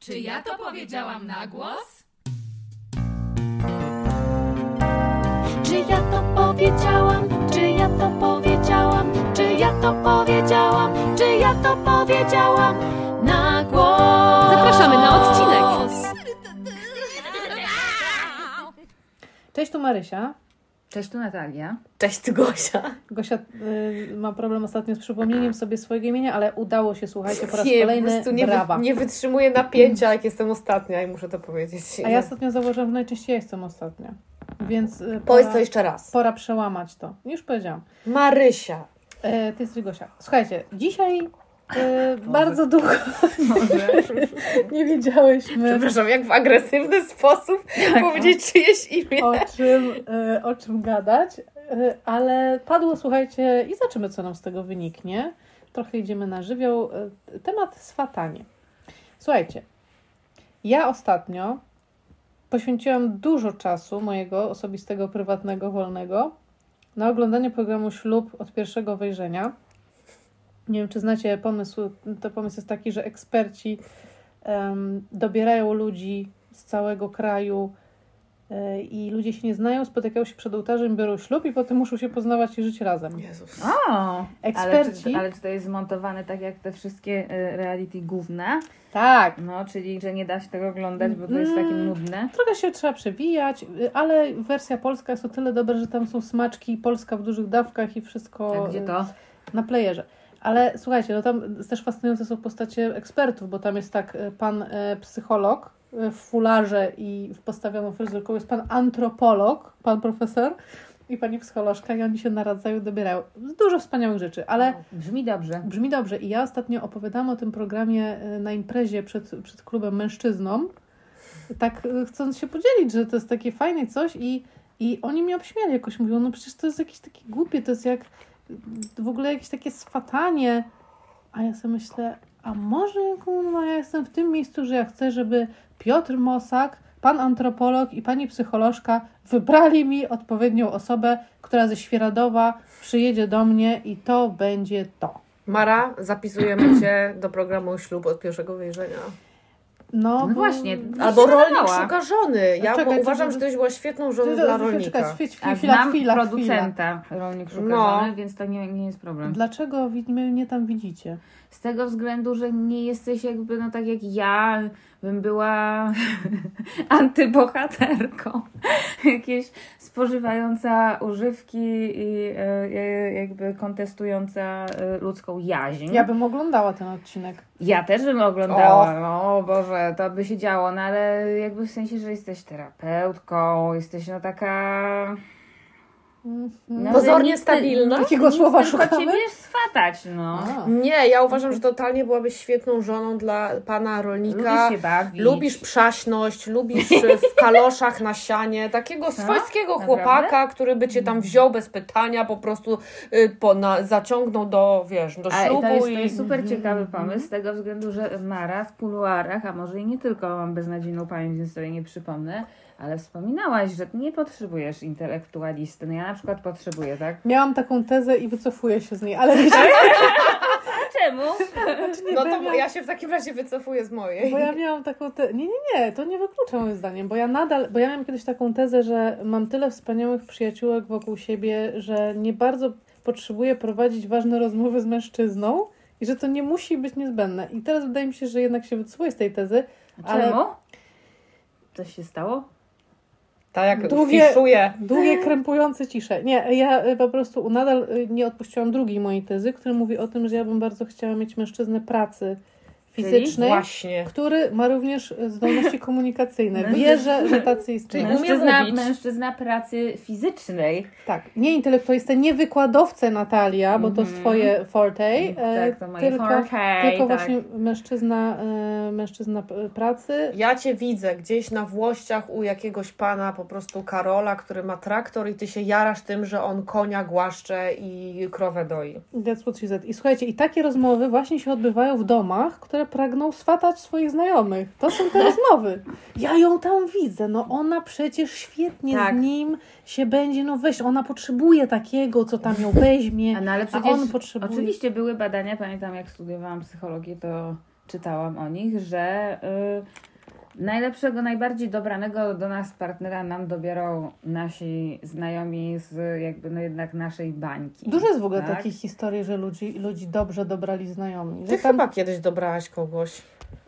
Czy ja to powiedziałam na głos? Czy ja to powiedziałam? Czy ja to powiedziałam? Czy ja to powiedziałam? Czy ja to powiedziałam na głos? Zapraszamy na odcinek. Cześć, tu Marysia. Cześć, tu Natalia. Cześć, tu Gosia. Gosia ma problem ostatnio z przypomnieniem sobie swojego imienia, ale udało się, słuchajcie, po raz po kolejny. prostu Brawa. nie wytrzymuję napięcia, jak jestem ostatnia i muszę to powiedzieć. A ja ostatnio zauważyłam, że najczęściej jestem ostatnia. Więc Powiedz to jeszcze raz. Pora przełamać to. Już powiedziałam. Marysia. Ty jesteś Gosia. Słuchajcie, dzisiaj bardzo długo nie wiedziałyśmy, Przepraszam, jak w agresywny sposób powiedzieć czyjeś imię. o czym gadać, ale padło, słuchajcie, i zobaczymy, co nam z tego wyniknie. Trochę idziemy na żywioł. Temat swatanie. Słuchajcie, ja ostatnio poświęciłam dużo czasu mojego osobistego, prywatnego, wolnego na oglądanie programu Ślub od pierwszego wejrzenia. Nie wiem, czy znacie pomysł. To pomysł jest taki, że eksperci dobierają ludzi z całego kraju i ludzie się nie znają, spotykają się przed ołtarzem, biorą ślub i potem muszą się poznawać i żyć razem. Jezus. Eksperci. Ale czy to jest zmontowane tak jak te wszystkie reality główne? Tak. No, czyli że nie da się tego oglądać, bo to jest takie nudne. Trochę się trzeba przewijać, ale wersja polska jest o tyle dobra, że tam są smaczki, Polska w dużych dawkach i wszystko. A gdzie to? Na playerze. Ale słuchajcie, no tam też fascynujące są postacie ekspertów, bo tam jest tak pan psycholog w fularze i w postawioną fryzurką, jest pan antropolog, pan profesor i pani psycholożka i oni się naradzają, dobierają. Dużo wspaniałych rzeczy, ale Brzmi dobrze. brzmi dobrze. I ja ostatnio opowiadałam o tym programie na imprezie przed klubem mężczyzną, tak chcąc się podzielić, że to jest takie fajne coś i oni mnie obśmiali jakoś, mówią, no przecież to jest jakieś takie głupie, to jest jak w ogóle jakieś takie swatanie. A ja sobie myślę, a może ja jestem w tym miejscu, że ja chcę, żeby Piotr Mosak, pan antropolog i pani psycholożka wybrali mi odpowiednią osobę, która ze Świeradowa przyjedzie do mnie i to będzie to. Mara, zapisujemy Cię do programu Ślub od pierwszego wejrzenia. No właśnie. Albo rolnik nadała. szuka żony. Ja Czekaj, uważam, że tyś była świetną żoną dla rolnika. A znam producenta rolnik szuka żony, więc to nie jest problem. Dlaczego mnie nie tam widzicie? Z tego względu, że nie jesteś jakby, no tak jak ja bym była antybohaterką. Jakieś spożywająca używki i jakby kontestująca ludzką jaźń. Ja bym oglądała ten odcinek. Ja też bym oglądała, no Boże, to by się działo, no ale jakby w sensie, że jesteś terapeutką, jesteś no taka... No, Pozornie stabilna? Takiego słowa tylko szukamy? ciebie swatać, no. Nie, ja uważam, że totalnie byłabyś świetną żoną dla pana rolnika. Lubisz się bawić. Lubisz przaśność, lubisz w kaloszach na sianie, takiego swojskiego chłopaka, który by cię tam wziął bez pytania, po prostu zaciągnął do ślubu. To jest super ciekawy pomysł, z tego względu, że Mara w kuluarach, a może i nie tylko, mam beznadziejną pamięć, więc sobie nie przypomnę, ale wspominałaś, że ty nie potrzebujesz intelektualisty. No ja na przykład potrzebuję, tak? Miałam taką tezę i wycofuję się z niej, ale wiecie... Czemu? No to ja się w takim razie wycofuję z mojej. Bo ja miałam taką tezę... Nie, to nie wyklucza moim zdaniem, bo ja miałam kiedyś taką tezę, że mam tyle wspaniałych przyjaciółek wokół siebie, że nie bardzo potrzebuję prowadzić ważne rozmowy z mężczyzną i że to nie musi być niezbędne. I teraz wydaje mi się, że jednak się wycofuję z tej tezy. Czemu? Coś się stało? Tak jak fiszuję. Długie, krępujące cisze. Nie, ja po prostu nadal nie odpuściłam drugiej mojej tezy, która mówi o tym, że ja bym bardzo chciała mieć mężczyznę pracy fizycznej, Właśnie. który ma również zdolności komunikacyjne. Wierzę, że tacy istnieją. Mężczyzna pracy fizycznej. Tak, nie intelektualista, nie wykładowcę Natalia, bo to jest twoje forte. Tak, to moje forte. Tylko właśnie mężczyzna pracy. Ja cię widzę gdzieś na Włościach u jakiegoś pana, po prostu Karola, który ma traktor i ty się jarasz tym, że on konia głaszcze i krowę doi. That's what she said. I słuchajcie, i takie rozmowy właśnie się odbywają w domach, które pragną swatać swoich znajomych. To są te rozmowy. Ja ją tam widzę. No ona przecież świetnie z nim się będzie, no weź, ona potrzebuje takiego, co tam ją weźmie, ale przecież a on potrzebuje... Oczywiście były badania, pamiętam jak studiowałam psychologię, to czytałam o nich, że najlepszego, najbardziej dobranego do nas partnera nam dobiorą nasi znajomi z jakby no jednak naszej bańki. Dużo jest w ogóle tak? takich historii, że ludzi dobrze dobrali znajomi. Ty chyba kiedyś dobrałaś kogoś.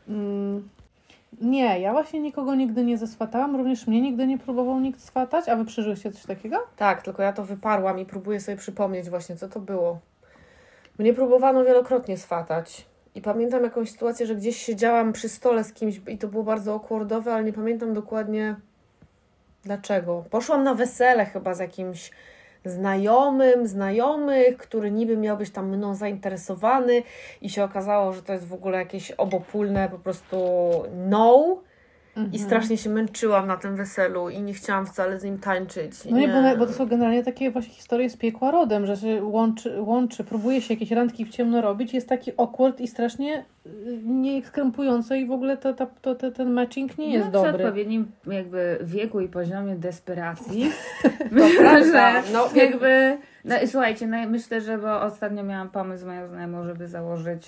Nie, ja właśnie nikogo nigdy nie zeswatałam, również mnie nigdy nie próbował nikt swatać, a wy przeżyłyście coś takiego? Tak, tylko ja to wyparłam i próbuję sobie przypomnieć właśnie, co to było. Mnie próbowano wielokrotnie swatać. I pamiętam jakąś sytuację, że gdzieś siedziałam przy stole z kimś i to było bardzo awkwardowe, ale nie pamiętam dokładnie dlaczego. Poszłam na wesele chyba z jakimś znajomych, który niby miał być tam mną zainteresowany i się okazało, że to jest w ogóle jakieś obopólne po prostu no. I strasznie się męczyłam na tym weselu i nie chciałam wcale z nim tańczyć. No nie, bo to są generalnie takie właśnie historie z piekła rodem, że się łączy, próbuje się jakieś randki w ciemno robić, jest taki awkward i strasznie niekrępujące i w ogóle ten matching nie jest dobry. Przy odpowiednim jakby wieku i poziomie desperacji. Prawda. No jakby, no i słuchajcie, no, myślę, że bo ostatnio miałam pomysł z moją znajomą, żeby założyć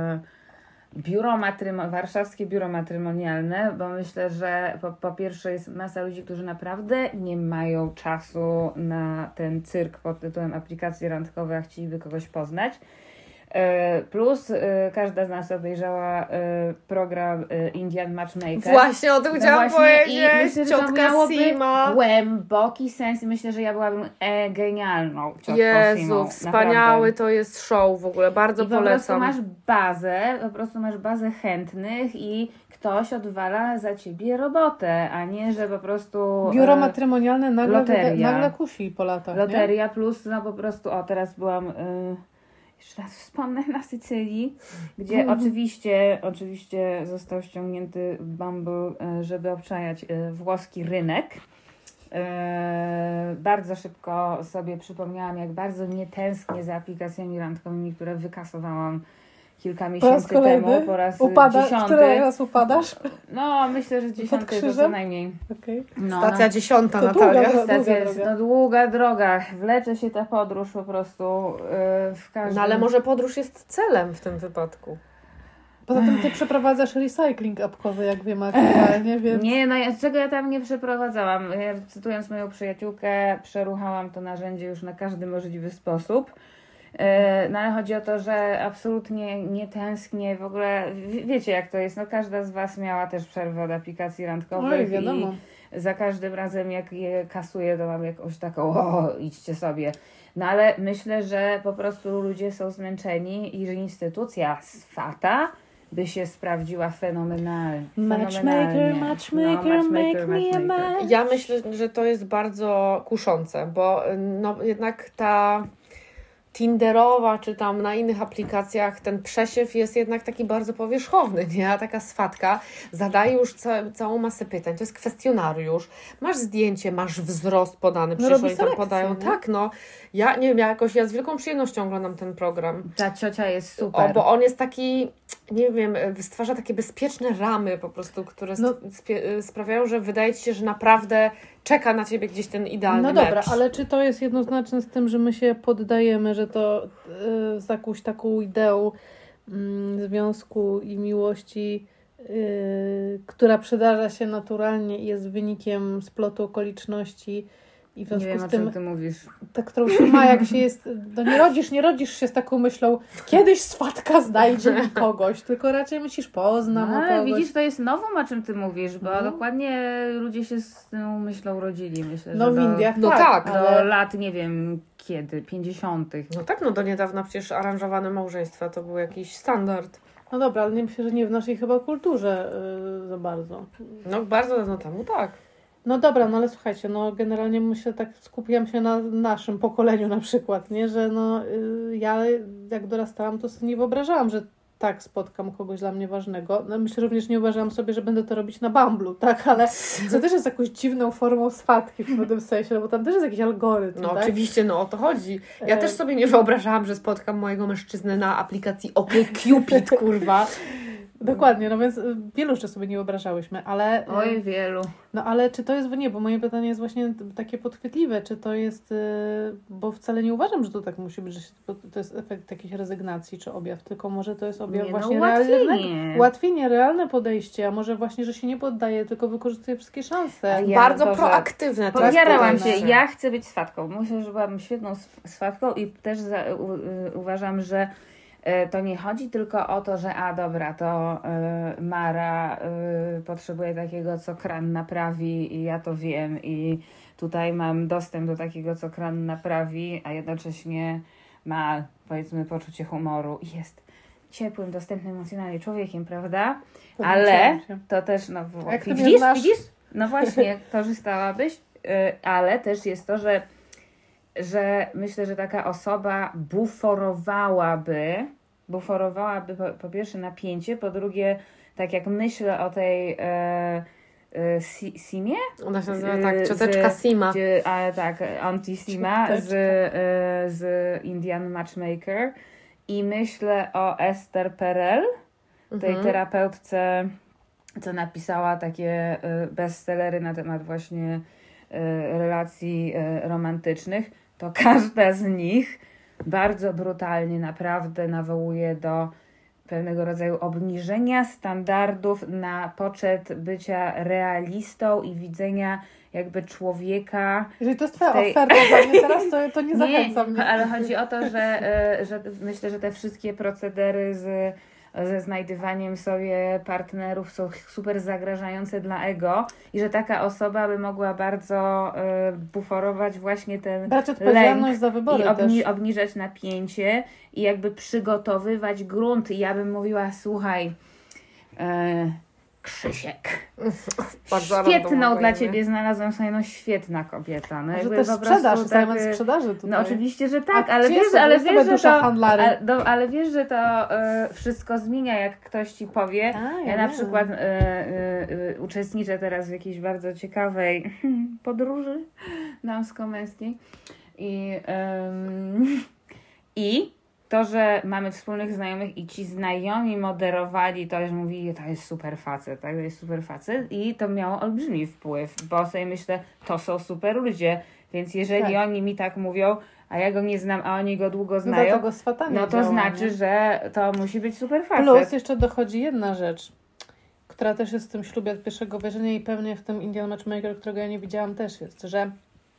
warszawskie biuro matrymonialne, bo myślę, że po pierwsze jest masa ludzi, którzy naprawdę nie mają czasu na ten cyrk pod tytułem aplikacje randkowe, a chcieliby kogoś poznać. Plus każda z nas obejrzała program Indian Matchmaker. Właśnie o tym chciałam powiedzieć. I myślę, że to Ciotka miałoby Sima. głęboki sens i myślę, że ja byłabym genialną ciotką Jezu, Simą. wspaniały Naprawdę. to jest show w ogóle, bardzo I po polecam. po prostu masz bazę chętnych i ktoś odwala za ciebie robotę, a nie, że po prostu Biuro matrymonialne nagle kusi po latach. loteria plus, no po prostu, teraz byłam jeszcze raz wspomnę na Sycylii, gdzie oczywiście został ściągnięty Bumble, żeby obczajać włoski rynek. Bardzo szybko sobie przypomniałam, jak bardzo nie tęsknię za aplikacjami randkowymi, które wykasowałam kilka miesięcy temu. Po raz 10. Który raz upadasz? No, myślę, że 10 to co najmniej. Okay. No, Stacja 10, To Natalia. Stacja jest długa droga. Wlecze się ta podróż po prostu w każdym... No ale może podróż jest celem w tym wypadku. Poza tym ty przeprowadzasz recycling apkowy, jak wiemy aktualnie, więc... Nie, no czego ja tam nie przeprowadzałam. Ja, cytując moją przyjaciółkę, przeruchałam to narzędzie już na każdy możliwy sposób. No ale chodzi o to, że absolutnie nie tęsknię w ogóle, wiecie jak to jest, no każda z Was miała też przerwę od aplikacji randkowych wiadomo. I za każdym razem jak je kasuję, to mam jakąś taką idźcie sobie. No ale myślę, że po prostu ludzie są zmęczeni i że instytucja swata by się sprawdziła fenomenalnie. Matchmaker, make me a match. Ja myślę, że to jest bardzo kuszące, bo no jednak ta Tinderowa, czy tam na innych aplikacjach ten przesiew jest jednak taki bardzo powierzchowny, nie? A taka swatka zadaje już całą masę pytań. To jest kwestionariusz. Masz zdjęcie, masz wzrost podany, przecież oni tam podają. Nie? Tak, no. Ja nie wiem, ja z wielką przyjemnością oglądam ten program. Ta ciocia jest super. Bo on jest taki, nie wiem, stwarza takie bezpieczne ramy po prostu, które sprawiają, że wydaje Ci się, że naprawdę czeka na Ciebie gdzieś ten idealny No dobra, mecz. ale czy to jest jednoznaczne z tym, że my się poddajemy, że to z jakąś taką ideą związku i miłości, która przydarza się naturalnie i jest wynikiem splotu okoliczności i w związku nie wiem, z tym, o czym ty mówisz. Ta, którą się ma, jak się jest, no nie rodzisz się z taką myślą, kiedyś swatka znajdzie mi kogoś, tylko raczej myślisz, poznam ale kogoś. widzisz, to jest nowum, o czym ty mówisz, bo dokładnie ludzie się z tą myślą rodzili. Myślę, No że w Indiach tak, do lat, nie wiem kiedy, 50. No tak, no do niedawna przecież aranżowane małżeństwa to był jakiś standard. No dobra, ale nie myślę, że nie w naszej chyba kulturze za bardzo. No bardzo dawno temu, tak. No dobra, no ale słuchajcie, no generalnie myślę, tak skupiam się na naszym pokoleniu na przykład, nie, że no ja jak dorastałam, to sobie nie wyobrażałam, że tak spotkam kogoś dla mnie ważnego. No, myślę, również nie wyobrażałam sobie, że będę to robić na Bumble'u, tak, ale co też jest jakąś dziwną formą swatki w pewnym sensie, no bo tam też jest jakiś algorytm, No tak? oczywiście, no o to chodzi. Ja też sobie nie wyobrażałam, że spotkam mojego mężczyznę na aplikacji OkCupid, kurwa. Dokładnie, no więc wielu jeszcze sobie nie wyobrażałyśmy, ale... Oj, wielu. No ale czy to jest, nie, bo moje pytanie jest właśnie takie podchwytliwe, czy to jest, bo wcale nie uważam, że to tak musi być, że to jest efekt jakiejś rezygnacji czy objaw, tylko może to jest objaw właśnie ułatwienie, realne podejście, a może właśnie, że się nie poddaje, tylko wykorzystuje wszystkie szanse. Bardzo proaktywne. Podjarałam się, ja chcę być swatką. Myślę, że byłabym świetną swatką i też uważam, że to nie chodzi tylko o to, że dobra, to Mara potrzebuje takiego, co kran naprawi i ja to wiem i tutaj mam dostęp do takiego, co kran naprawi, a jednocześnie ma, powiedzmy, poczucie humoru i jest ciepłym, dostępnym emocjonalnie człowiekiem, prawda? Ale to też, no widzisz? No właśnie, korzystałabyś, ale też jest to, że myślę, że taka osoba buforowałaby po pierwsze napięcie, po drugie, tak jak myślę o tej Simie? Ona się nazywa tak, cioteczka Sima. Tak, Auntie Sima z Indian Matchmaker i myślę o Esther Perel, tej terapeutce, co napisała takie bestsellery na temat właśnie relacji romantycznych, to każda z nich bardzo brutalnie naprawdę nawołuje do pewnego rodzaju obniżenia standardów na poczet bycia realistą i widzenia jakby człowieka. Jeżeli to jest twoja oferta dla mnie teraz, to nie zachęcam mnie. Ale chodzi o to, że myślę, że te wszystkie procedery ze znajdywaniem sobie partnerów są super zagrażające dla ego i że taka osoba by mogła bardzo buforować właśnie ten brać odpowiedzialność za wybory i obniżać napięcie i jakby przygotowywać grunt. I ja bym mówiła, słuchaj, Krzysiek, świetną dla ciebie znalazłam sobie, no świetna kobieta. No, że też sprzedaż, tak, sprzedaży tutaj. No oczywiście, że tak, ale wiesz, że to wszystko zmienia, jak ktoś ci powie. Ja na przykład uczestniczę teraz w jakiejś bardzo ciekawej podróży damsko-męskiej i to, że mamy wspólnych znajomych i ci znajomi moderowali to, że mówili, to jest super facet, tak, to jest super facet i to miało olbrzymi wpływ, bo sobie myślę, to są super ludzie, więc jeżeli oni mi tak mówią, a ja go nie znam, a oni go długo znają, no to znaczy, że to musi być super facet. Plus jeszcze dochodzi jedna rzecz, która też jest w tym ślubie od pierwszego wejrzenia i pewnie w tym Indian Matchmaker, którego ja nie widziałam, też jest, że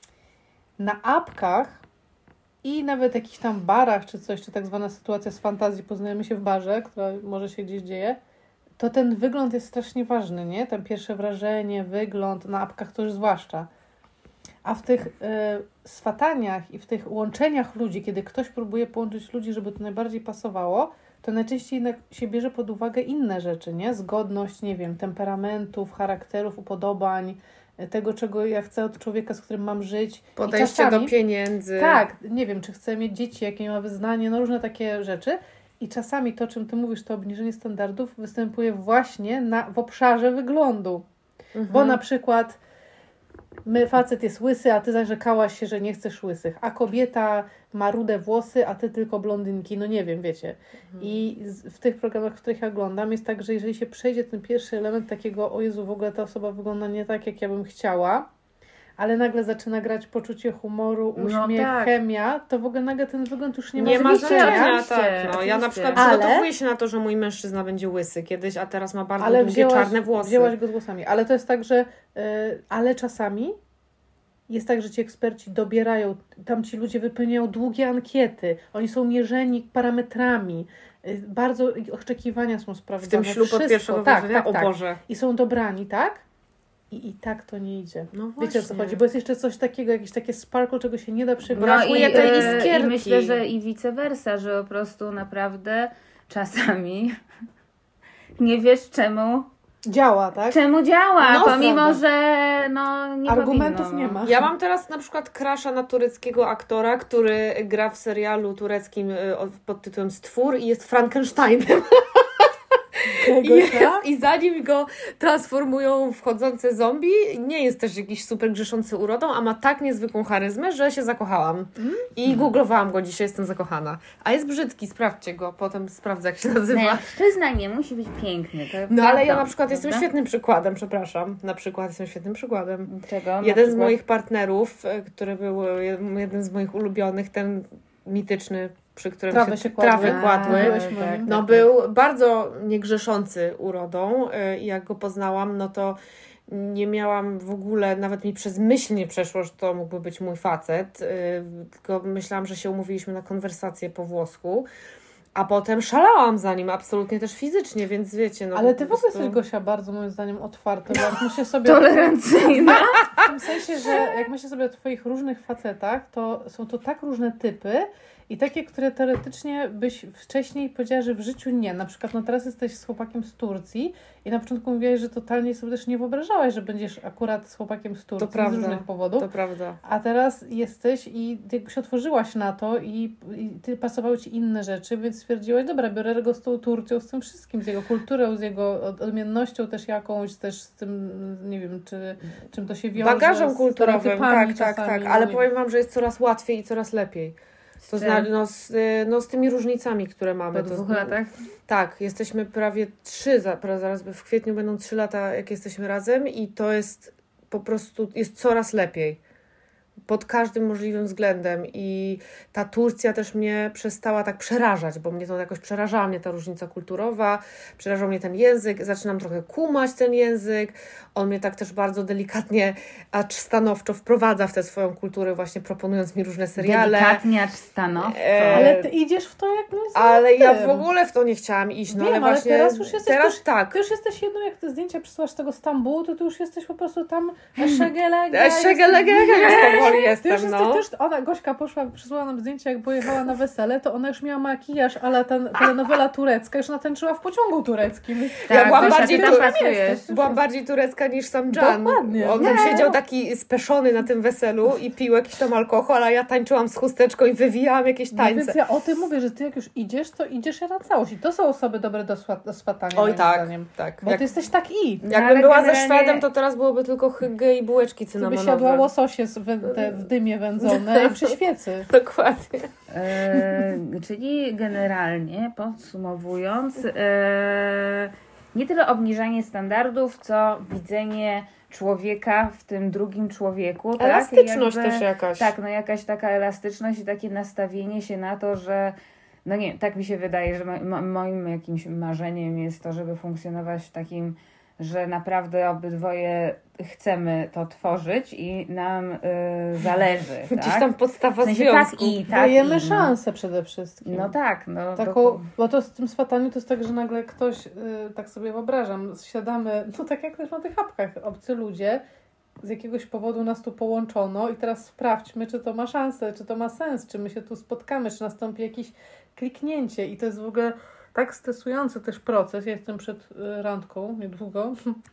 na apkach i nawet jakichś tam barach czy coś, czy tak zwana sytuacja z fantazji, poznajemy się w barze, która może się gdzieś dzieje, to ten wygląd jest strasznie ważny, nie? Ten pierwsze wrażenie, wygląd, na apkach to już zwłaszcza. A w tych swataniach i w tych łączeniach ludzi, kiedy ktoś próbuje połączyć ludzi, żeby to najbardziej pasowało, to najczęściej się bierze pod uwagę inne rzeczy, nie? Zgodność, nie wiem, temperamentów, charakterów, upodobań, tego, czego ja chcę od człowieka, z którym mam żyć. Podejście czasami, do pieniędzy. Tak, nie wiem, czy chcę mieć dzieci, jakie ma wyznanie, no różne takie rzeczy. I czasami to, o czym ty mówisz, to obniżenie standardów występuje właśnie w obszarze wyglądu. Bo na przykład facet jest łysy, a ty zarzekałaś się, że nie chcesz łysych, a kobieta ma rude włosy, a ty tylko blondynki, no nie wiem, wiecie. I w tych programach, w których ja oglądam, jest tak, że jeżeli się przejdzie ten pierwszy element takiego, o Jezu, w ogóle ta osoba wygląda nie tak, jak ja bym chciała, ale nagle zaczyna grać poczucie humoru, uśmiech, chemia, to w ogóle nagle ten wygląd już nie ma znaczenia. Ja na przykład przygotowuję się na to, że mój mężczyzna będzie łysy kiedyś, a teraz ma bardzo długie czarne włosy. Wzięłaś go z włosami, ale to jest tak, że ale czasami jest tak, że ci eksperci dobierają, tam ci ludzie wypełniają długie ankiety, oni są mierzeni parametrami, bardzo oczekiwania są sprawdzone. W tym ślub od pierwszego wrażenia? O Boże. I są dobrani, tak? I tak to nie idzie. No wiecie, o co chodzi? Bo jest jeszcze coś takiego, jakieś takie sparkle, czego się nie da przebić. Brakuje tej iskierki. I myślę, że i vice versa, że po prostu naprawdę czasami nie wiesz czemu działa, tak? Czemu działa, pomimo, że nie argumentów powinno, nie ma. Ja mam teraz na przykład crusha na tureckiego aktora, który gra w serialu tureckim pod tytułem Stwór i jest Frankensteinem. I zanim go transformują w chodzące zombie, nie jest też jakiś super grzeszący urodą, a ma tak niezwykłą charyzmę, że się zakochałam. I googlowałam go dzisiaj, jestem zakochana. A jest brzydki, sprawdźcie go, potem sprawdzę, jak się nazywa. Mężczyzna nie musi być piękny. To No ale ja prawda, na przykład jestem prawda? świetnym przykładem, przepraszam. Na przykład jestem świetnym przykładem. Czego? Jeden z moich partnerów, który był jeden z moich ulubionych, ten mityczny, przy którym trawy kładły. No był bardzo niegrzeszący urodą i jak go poznałam, no to nie miałam w ogóle, nawet mi przez myśl nie przeszło, że to mógłby być mój facet, tylko myślałam, że się umówiliśmy na konwersację po włosku, a potem szalałam za nim absolutnie też fizycznie, więc wiecie, no. Ale ty w ogóle jesteś, Gosia, bardzo moim zdaniem otwarta, bo jak myślę sobie... Tolerancyjna. W tym sensie, że jak myślę sobie o twoich różnych facetach, to są to tak różne typy i takie, które teoretycznie byś wcześniej powiedziała, że w życiu nie. Na przykład no teraz jesteś z chłopakiem z Turcji i na początku mówiłaś, że totalnie sobie też nie wyobrażałaś, że będziesz akurat z chłopakiem z Turcji z różnych powodów. To prawda. A teraz jesteś i jakby się otworzyłaś na to i ty pasowały ci inne rzeczy, więc stwierdziłaś, dobra, biorę go z tą Turcją, z tym wszystkim, z jego kulturą, z jego odmiennością też jakąś, też z tym, nie wiem, czym to się wiąże. Bagażem kulturowym, tak. Ale no powiem Wam, że jest coraz łatwiej i coraz lepiej. To z tymi różnicami, które mamy. Po 2 latach? Tak, jesteśmy prawie 3, zaraz w kwietniu będą 3 lata, jak jesteśmy razem i to jest po prostu, jest coraz lepiej. Pod każdym możliwym względem i ta Turcja też mnie przestała tak przerażać, bo mnie to jakoś przerażała, mnie ta różnica kulturowa, przerażał mnie ten język, zaczynam trochę kumać ten język, on mnie tak też bardzo delikatnie, acz stanowczo wprowadza w tę swoją kulturę, właśnie proponując mi różne seriale. Delikatnie, acz stanowczo. Ale ty idziesz w to jak mówisz. Ale ja w ogóle w to nie chciałam iść, no wiem, ale właśnie teraz już jesteś, tak. Ty już jesteś jedną, jak te zdjęcia przysyłasz z tego Stambułu, to ty już jesteś po prostu tam Jestem, ona, Gośka przysłała nam zdjęcie, jak pojechała na wesele, to ona już miała makijaż, ale ten telenowela turecka, już natańczyła w pociągu tureckim. Tak, ja byłam byłam bardziej turecka niż sam Can. Dokładnie. On tam siedział taki speszony na tym weselu i pił jakiś tam alkohol, a ja tańczyłam z chusteczką i wywijałam jakieś tańce. No więc ja o tym mówię, że ty jak już idziesz, to idziesz na całość. I to są osoby dobre do swatania. Oj tak, zdaniem. tak. Bo ty jesteś tak Jakbym była ze Szwedem, to teraz byłoby tylko hygge i bułeczki cynamonowe. Ty by siadła łososie w dymie wędzone przy świecy. Dokładnie. Czyli generalnie, podsumowując, nie tyle obniżanie standardów, co widzenie człowieka w tym drugim człowieku. Elastyczność tak? też jakaś. Tak, no jakaś taka elastyczność i takie nastawienie się na to, że no nie, tak mi się wydaje, że moim jakimś marzeniem jest to, żeby funkcjonować w takim, że naprawdę obydwoje chcemy to tworzyć i nam zależy. Gdzieś tak? tam podstawa w sensie związku. Dajemy szansę przede wszystkim. No tak. No, taką, bo to z tym swataniu to jest tak, że nagle ktoś, tak sobie wyobrażam, siadamy, no tak jak też na tych apkach, obcy ludzie, z jakiegoś powodu nas tu połączono i teraz sprawdźmy, czy to ma szansę, czy to ma sens, czy my się tu spotkamy, czy nastąpi jakieś kliknięcie i to jest w ogóle tak stresujący też proces. Ja jestem przed randką niedługo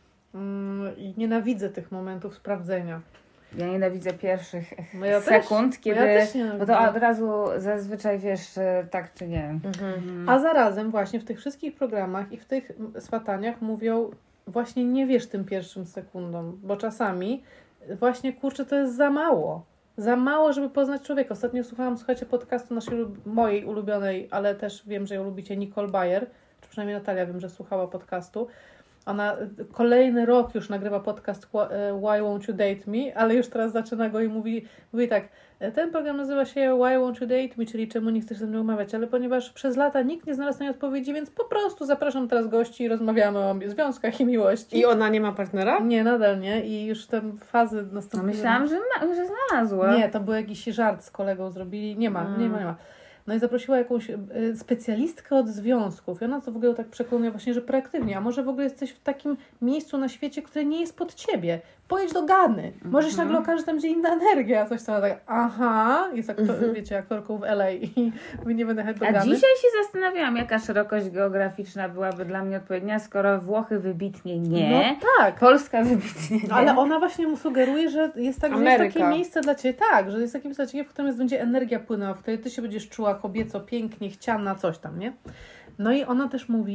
i nienawidzę tych momentów sprawdzenia. Ja nienawidzę pierwszych ja sekund, też, kiedy. Bo to od razu zazwyczaj wiesz, tak czy nie. A zarazem właśnie w tych wszystkich programach i w tych swataniach mówią, właśnie nie wierz tym pierwszym sekundom, bo czasami właśnie kurczę, to jest za mało. Za mało, żeby poznać człowieka. Ostatnio słuchałam, słuchajcie, podcastu mojej ulubionej, ale też wiem, że ją lubicie, Nicole Bayer, czy przynajmniej Natalia wiem, że słuchała podcastu. Ona kolejny rok już nagrywa podcast Why Won't You Date Me, ale już teraz zaczyna go i mówi tak, ten program nazywa się Why Won't You Date Me, czyli czemu nie chcesz ze mną umawiać, ale ponieważ przez lata nikt nie znalazł na nie odpowiedzi, więc po prostu zapraszam teraz gości i rozmawiamy o związkach i miłości. I ona nie ma partnera? Nie, nadal nie i już te fazy nastąpiły. No myślałam, że znalazła. Nie, to był jakiś żart z kolegą zrobili, nie ma. No i zaprosiła jakąś specjalistkę od związków. I ona to w ogóle tak przekonuje właśnie, że proaktywnie. A może w ogóle jesteś w takim miejscu na świecie, które nie jest pod ciebie. Pojedź do Gany. Może się nagle okaże, że tam gdzie inna energia. Coś tam tak, jest wiecie, aktorką w LA i nie będę jechać do Gany. A dzisiaj się zastanawiałam, jaka szerokość geograficzna byłaby dla mnie odpowiednia, skoro Włochy wybitnie nie. No tak. Polska wybitnie nie. Ale ona właśnie mu sugeruje, że jest tak, że jest takie miejsce dla Ciebie, tak, że jest takie miejsce dla Ciebie, w którym będzie energia płynęła, w której Ty się będziesz czuła kobieco, pięknie, chciana, coś tam, nie? No i ona też mówi,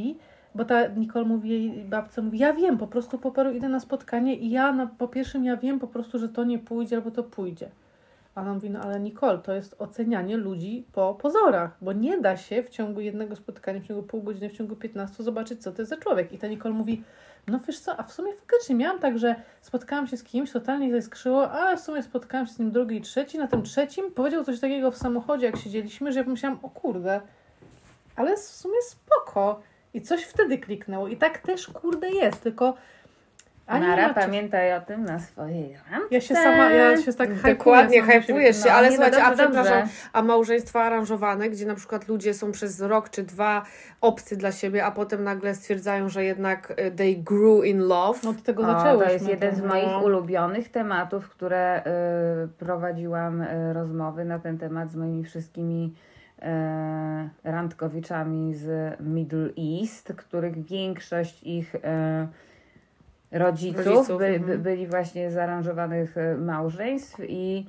bo ta Nicole mówi, jej babce mówi, ja wiem, po prostu po paru idę na spotkanie i po pierwszym ja wiem po prostu, że to nie pójdzie albo to pójdzie. A ona mówi, no ale Nicole, to jest ocenianie ludzi po pozorach, bo nie da się w ciągu jednego spotkania, w ciągu pół godziny, w ciągu 15 zobaczyć, co to jest za człowiek. I ta Nicole mówi, no wiesz co, a w sumie faktycznie miałam tak, że spotkałam się z kimś, totalnie zaiskrzyło, ale w sumie spotkałam się z nim drugi i trzeci. Na tym trzecim powiedział coś takiego w samochodzie, jak siedzieliśmy, że ja pomyślałam, o kurde, ale w sumie spoko. I coś wtedy kliknęło. I tak też, kurde, jest, tylko... Mara, pamiętaj o tym na swojej randce. Ja się tak Dokładnie, hypujesz się, ale nie, słuchajcie, dobrze, przepraszam, a małżeństwa aranżowane, gdzie na przykład ludzie są przez rok czy dwa obcy dla siebie, a potem nagle stwierdzają, że jednak they grew in love. No od tego zaczęłyśmy. To jest jeden z moich ulubionych tematów, które prowadziłam rozmowy na ten temat z moimi wszystkimi randkowiczami z Middle East, których większość ich rodziców byli właśnie z zaaranżowanych małżeństw i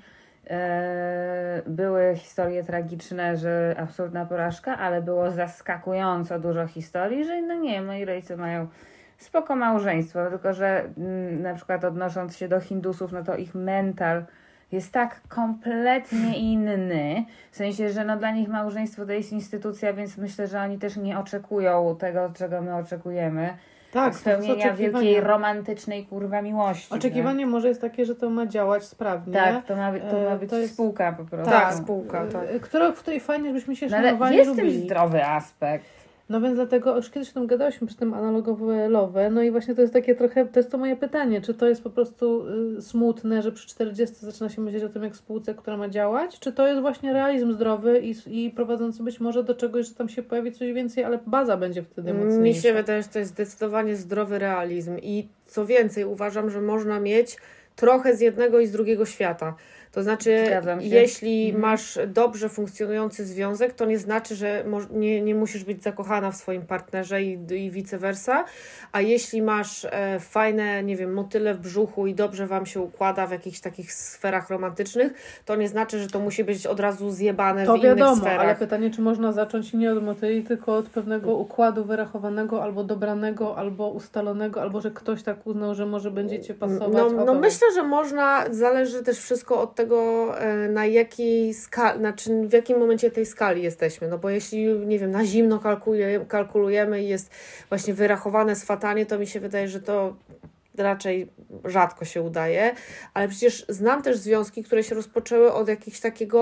były historie tragiczne, że absolutna porażka, ale było zaskakująco dużo historii, że no nie, moi rodzice mają spoko małżeństwo, tylko że na przykład odnosząc się do Hindusów, no to ich mental jest tak kompletnie inny, w sensie, że no dla nich małżeństwo to jest instytucja, więc myślę, że oni też nie oczekują tego, czego my oczekujemy. Tak, spełnienia wielkiej romantycznej miłości. Oczekiwanie może jest takie, że to ma działać sprawnie. Tak, to ma być spółka po prostu. Tak, spółka. Tak. W której fajnie, żebyśmy się ale szanowali, jest lubili. ten zdrowy aspekt. No więc dlatego, już kiedyś o tym gadałyśmy przy tym analogowe love, no i właśnie to jest takie trochę, to jest to moje pytanie, czy to jest po prostu smutne, że przy 40 zaczyna się myśleć o tym jak spółce, która ma działać, czy to jest właśnie realizm zdrowy i prowadzący być może do czegoś, że tam się pojawi coś więcej, ale baza będzie wtedy mocniejsza. Mi się wydaje, że to jest zdecydowanie zdrowy realizm i co więcej, uważam, że można mieć trochę z jednego i z drugiego świata. To znaczy, jeśli masz dobrze funkcjonujący związek, to nie znaczy, że nie musisz być zakochana w swoim partnerze i vice versa, a jeśli masz fajne, nie wiem, motyle w brzuchu i dobrze wam się układa w jakichś takich sferach romantycznych, to nie znaczy, że to musi być od razu zjebane to w innych wiadomo, sferach. Ale pytanie, czy można zacząć nie od motyli, tylko od pewnego układu wyrachowanego, albo dobranego, albo ustalonego, albo że ktoś tak uznał, że może będziecie pasować. No myślę, że można, zależy też wszystko od tego, na jakiej skali, znaczy w jakim momencie tej skali jesteśmy, no bo jeśli, nie wiem, na zimno kalkulujemy i jest właśnie wyrachowane swatanie, to mi się wydaje, że to raczej rzadko się udaje, ale przecież znam też związki, które się rozpoczęły od jakiegoś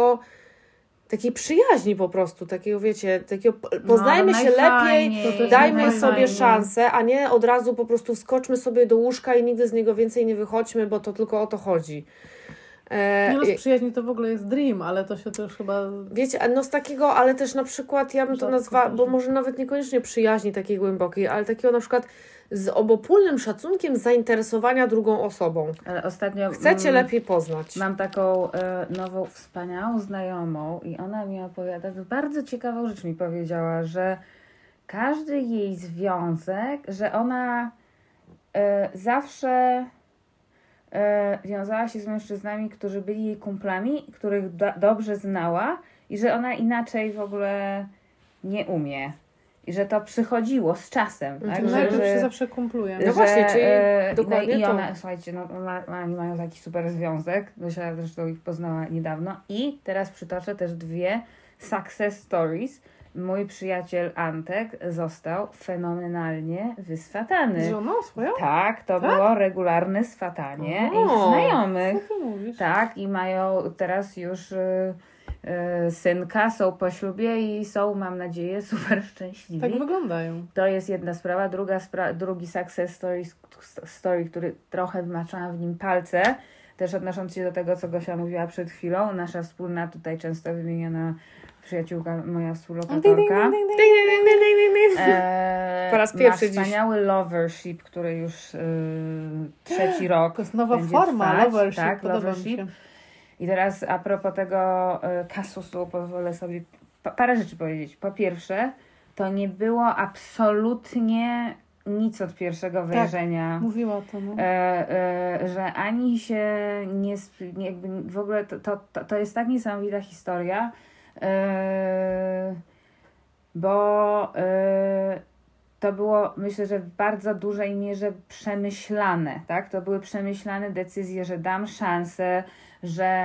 takiej przyjaźni po prostu, takiego wiecie, takiego poznajmy się lepiej, dajmy sobie szansę, a nie od razu po prostu wskoczmy sobie do łóżka i nigdy z niego więcej nie wychodźmy, bo to tylko o to chodzi. Nie no, z przyjaźni to w ogóle jest dream, ale to się też chyba... Wiecie, no z takiego, ale też na przykład ja bym to nazwała, bo może nawet niekoniecznie przyjaźni takiej głębokiej, ale takiego na przykład z obopólnym szacunkiem zainteresowania drugą osobą. Ale ostatnio chcecie lepiej poznać. Mam taką nową, wspaniałą znajomą i ona mi opowiada, bardzo ciekawą rzecz mi powiedziała, że każdy jej związek, że ona zawsze wiązała się z mężczyznami, którzy byli jej kumplami, których dobrze znała i że ona inaczej w ogóle nie umie. I że to przychodziło z czasem. Tak? Że się zawsze kumpluje. No właśnie, czyli dokładnie i to. ona, słuchajcie, oni mają taki super związek, Zosia zresztą ich poznała niedawno i teraz przytoczę też 2 success stories. Mój przyjaciel Antek został fenomenalnie wyswatany. Z żoną swoją? Tak, to było regularne swatanie ich znajomych. Co ty mówisz? Tak, i mają teraz już synka, są po ślubie i są, mam nadzieję, super szczęśliwi. Tak wyglądają. To jest jedna sprawa. Drugi success story, który trochę wymaczałam w nim palce, też odnosząc się do tego, co Gosia mówiła przed chwilą. Nasza wspólna, tutaj często wymieniona przyjaciółka, moja współlokatorka. Po raz pierwszy ma wspaniały lovership, który już 3 rok to jest nowa będzie forma, trwać. lovership, Tak, podoba mi się. lovership. I teraz a propos tego kasusu pozwolę sobie parę rzeczy powiedzieć. Po pierwsze, to nie było absolutnie nic od pierwszego wejrzenia. Tak, mówiła to. No. Że ani się nie jakby w ogóle to jest tak niesamowita historia, bo to było, myślę, że w bardzo dużej mierze przemyślane, tak? To były przemyślane decyzje, że dam szansę, że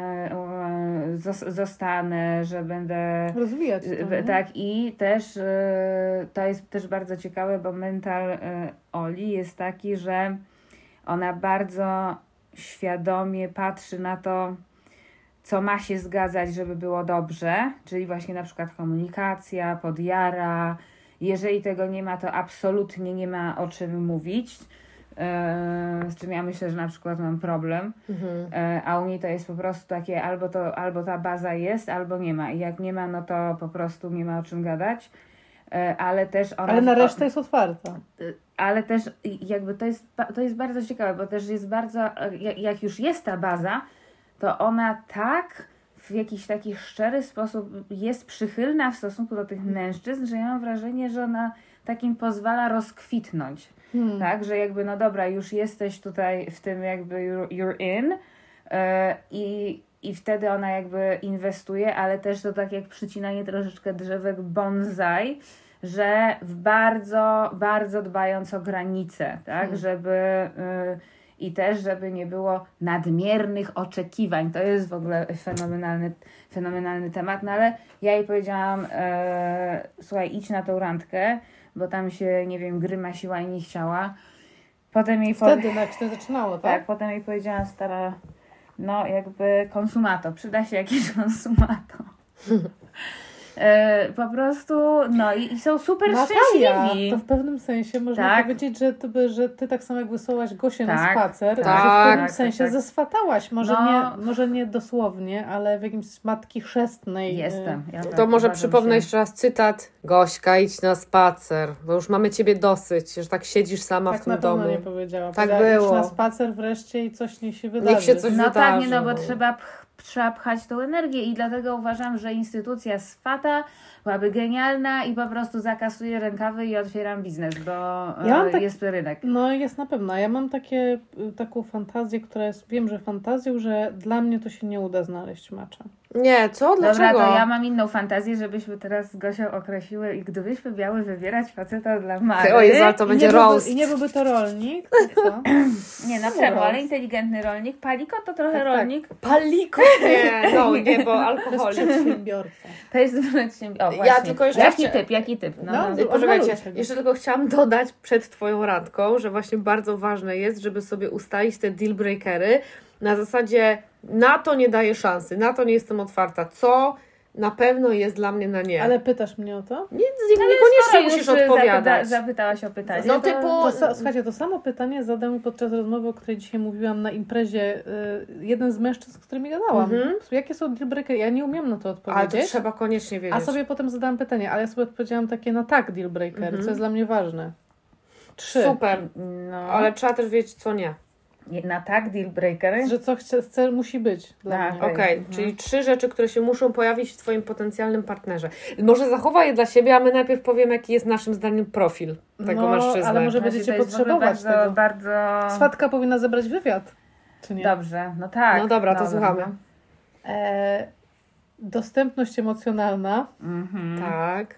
zostanę, że będę Rozwijać to, tak, i też to jest też bardzo ciekawe, bo mental Oli jest taki, że ona bardzo świadomie patrzy na to, co ma się zgadzać, żeby było dobrze, czyli właśnie na przykład komunikacja, podjara. Jeżeli tego nie ma, to absolutnie nie ma o czym mówić, z czym ja myślę, że na przykład mam problem, a u niej to jest po prostu takie albo ta baza jest, albo nie ma i jak nie ma, no to po prostu nie ma o czym gadać, ale też ona... Ale na resztę jest otwarta. Ale też jakby to jest bardzo ciekawe, bo też jest bardzo, jak już jest ta baza, to ona tak w jakiś taki szczery sposób jest przychylna w stosunku do tych mężczyzn, że ja mam wrażenie, że ona takim pozwala rozkwitnąć. Tak, że jakby no dobra, już jesteś tutaj w tym jakby you're in i wtedy ona jakby inwestuje, ale też to tak jak przycinanie troszeczkę drzewek bonsai, że bardzo, bardzo dbając o granice, tak, żeby i też żeby nie było nadmiernych oczekiwań. To jest w ogóle fenomenalny temat, no ale ja jej powiedziałam, słuchaj, idź na tą randkę, bo tam się, nie wiem, grymasiła i nie chciała. Potem jej Wtedy jak się zaczynało, tak? Tak, potem jej powiedziałam, stara, no jakby konsumato, przyda się jakiś konsumato. Po prostu, no i są super szczęśliwi. To w pewnym sensie można powiedzieć, że ty tak samo jak wysłałaś Gosię na spacer, że w pewnym sensie zeswatałaś. Może nie dosłownie, ale w jakimś matki chrzestnej. Jestem. To może przypomnę jeszcze raz cytat. Gośka, idź na spacer, bo już mamy ciebie dosyć, że tak siedzisz sama w tym domu. Tak na pewno nie powiedziała. Tak było. Idź na spacer wreszcie i coś niech się wydarzy. Niech się coś wydarzy. Tak, nie, no bo trzeba pchać tą energię i dlatego uważam, że instytucja SWATA byłaby genialna i po prostu zakasuję rękawy i otwieram biznes, bo jest rynek. No jest na pewno. Ja mam taką fantazję, która jest, wiem, że fantazją, że dla mnie to się nie uda znaleźć macza. Nie, co? Dlaczego? Dobra, to ja mam inną fantazję, żebyśmy teraz z Gosią określiły i gdybyśmy miały wybierać faceta dla Mary. O Jezu, to będzie roast. I nie byłby to rolnik, to co? Nie, no czemu, ale inteligentny rolnik. Paliko to trochę rolnik. Paliko? Nie, bo alkoholik. To jest przedsiębiorca. To jest przedsiębiorca. Ja tylko jeszcze... Jaki typ? Poczekajcie, jeszcze tylko chciałam dodać przed Twoją randką, że właśnie bardzo ważne jest, żeby sobie ustalić te deal breakery na zasadzie na to nie daję szansy, na to nie jestem otwarta, co na pewno jest dla mnie na nie. Ale pytasz mnie o to? Niekoniecznie musisz odpowiadać. Zapytałaś o pytanie. No typu... Słuchajcie, to samo pytanie zadał mi podczas rozmowy, o której dzisiaj mówiłam na imprezie, jeden z mężczyzn, z którymi gadałam. Jakie są deal breakery? Ja nie umiem na to odpowiedzieć. Ale to trzeba koniecznie wiedzieć. A sobie potem zadałam pytanie, ale ja sobie odpowiedziałam takie na tak deal breakery, co jest dla mnie ważne. 3. Super, ale trzeba też wiedzieć, co nie. Na tak deal breakery? Że co chce, musi być dla mnie. Okej, czyli 3 rzeczy, które się muszą pojawić w Twoim potencjalnym partnerze. Może zachowaj je dla siebie, a my najpierw powiemy, jaki jest naszym zdaniem profil tego mężczyzny. Ale może będziecie potrzebować tego. Bardzo... Swatka powinna zebrać wywiad, czy nie? Dobrze, no tak. No dobra, to słuchamy. Dostępność emocjonalna. Tak.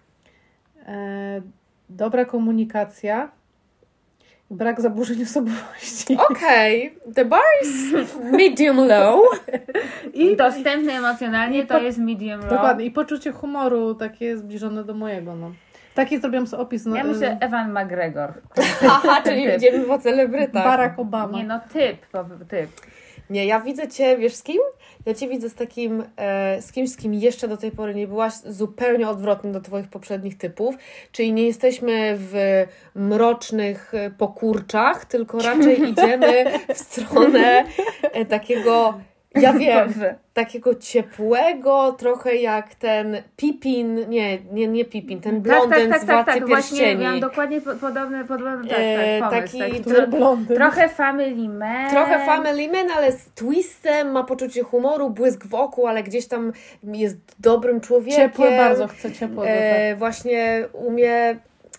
Dobra komunikacja. Brak zaburzeń osobowości. Okej. The bar is medium low. I dostępny emocjonalnie to jest medium low. Dokładnie. I poczucie humoru takie zbliżone do mojego. No. Taki zrobiłam sobie opis. Ja myślę Ewan McGregor. Aha, czyli idziemy po celebrytach. Barack Obama. Nie, no typ. Nie, ja widzę Cię, wiesz z kim? Ja Cię widzę z kimś, z kim jeszcze do tej pory nie byłaś, zupełnie odwrotnym do Twoich poprzednich typów, czyli nie jesteśmy w mrocznych pokurczach, tylko raczej idziemy w stronę takiego, ja wiem, takiego ciepłego, trochę jak ten Pippin, nie Pippin, ten blondyn z Władcy Pierścieni. Właśnie miałam dokładnie podobny pomysł. Taki trochę family man. Trochę family man, ale z twistem, ma poczucie humoru, błysk w oku, ale gdzieś tam jest dobrym człowiekiem. Bardzo chce ciepłego. Właśnie umie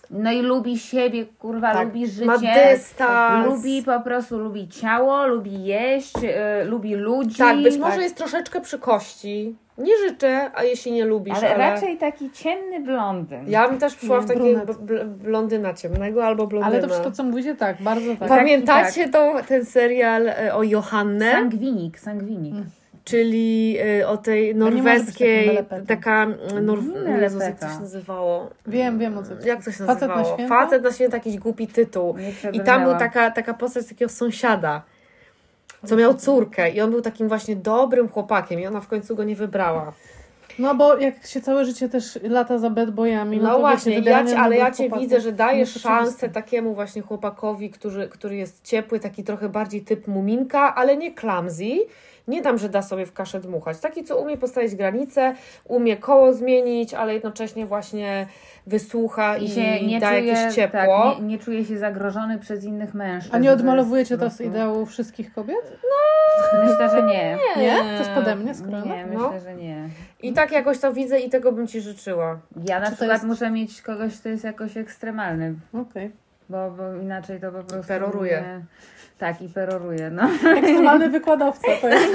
No i lubi siebie, kurwa, Tak, lubi życie. ma dystans. Lubi po prostu, lubi ciało, lubi jeść, lubi ludzi. Tak, być może jest troszeczkę przy kości. Nie życzę, a jeśli nie lubisz, ale raczej taki ciemny blondyn. Ja bym też przyszła w takiego brunet. blondyna ciemnego albo blondyna. Ale to wszystko, co mówicie, tak, bardzo tak. Pamiętacie ten serial o Johannę? Sangwinik. Czyli o tej może być norweskiej, takim melepetem. taka Melepeta. Jezus, jak to się nazywało? Wiem o co. Jak to się Facet na nazywało? święta? Facet na święta, jakiś głupi tytuł. I tam był taka postać takiego sąsiada, co miał córkę i on był takim właśnie dobrym chłopakiem i ona w końcu go nie wybrała. No bo jak się całe życie też lata za bad boyami, No to właśnie, wiecie, wybieranie ale ja dobrych Cię chłopaków widzę, że dajesz jest szansę oczywiste. takiemu właśnie chłopakowi, który jest ciepły, taki trochę bardziej typ muminka, ale nie clumsy. Nie dam, że da sobie w kaszę dmuchać. Taki, co umie postawić granice, umie koło zmienić, ale jednocześnie właśnie wysłucha i się nie da czuje, jakieś ciepło. Tak, nie czuje się zagrożony przez innych mężczyzn. A nie odmalowujecie to z prostu- ideału wszystkich kobiet? Myślę, że nie. Nie? To jest pode mnie skrojone? Nie, No. myślę, że nie. I tak jakoś to widzę i tego bym Ci życzyła. Ja na Czy to przykład jest- muszę mieć kogoś, kto jest jakoś ekstremalny, Okej. bo inaczej to po prostu... peroruje. Nie... Tak, i peroruje, no. Ekstremalny wykładowca, to jest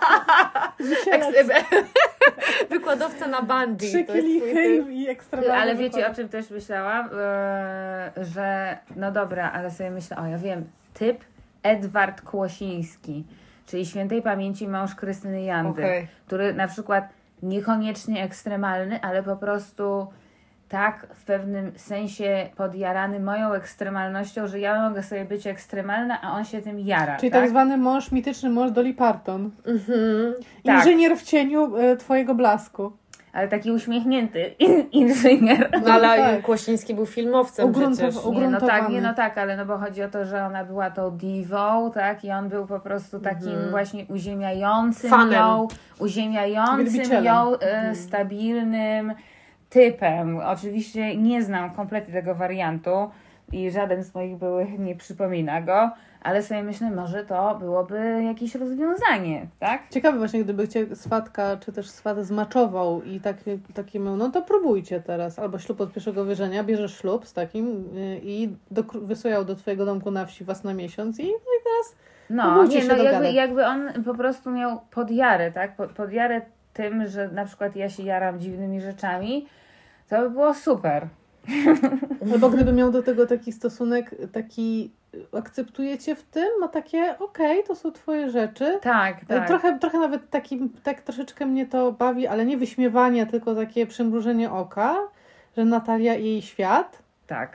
Wykładowca na bungee. 3 to jest twój typ. kilichy i ekstremalny Ale wiecie, wykładowca. o czym też myślałam? Że no dobra, ale sobie myślę, ja wiem, typ Edward Kłosiński, czyli świętej pamięci mąż Krystyny Jandy, Okej. który na przykład niekoniecznie ekstremalny, ale po prostu tak w pewnym sensie podjarany moją ekstremalnością, że ja mogę sobie być ekstremalna, a on się tym jara. Czyli tak zwany mąż, mityczny mąż Dolly Parton. Tak. Inżynier w cieniu twojego blasku. Ale taki uśmiechnięty inżynier. No ale Tak. Kłosiński był filmowcem przecież. Nie, no tak, Ugruntowany. ale no bo chodzi o to, że ona była tą diwą, tak? I on był po prostu takim właśnie uziemiającym Fanem. ją, uziemiającym Wielbicielem. ją, stabilnym typem. Oczywiście nie znam kompletnie tego wariantu i żaden z moich byłych nie przypomina go, ale sobie myślę, może to byłoby jakieś rozwiązanie, tak? Ciekawe właśnie, gdyby cię swatka czy też swat zmaczował i taki miał, no to próbujcie teraz. Albo ślub od pierwszego wierzenia, bierzesz ślub z takim i wysłał do twojego domku na wsi was na miesiąc i teraz No, próbujcie nie, się no dogadać. jakby on po prostu miał podjarę, tak? Podjarę tym, że na przykład ja się jaram dziwnymi rzeczami, to by było super. Albo gdyby miał do tego taki stosunek, akceptujecie w tym, ma takie okej, to są twoje rzeczy. Tak. Trochę nawet tak troszeczkę mnie to bawi, ale nie wyśmiewanie, tylko takie przymrużenie oka, że Natalia i jej świat Tak.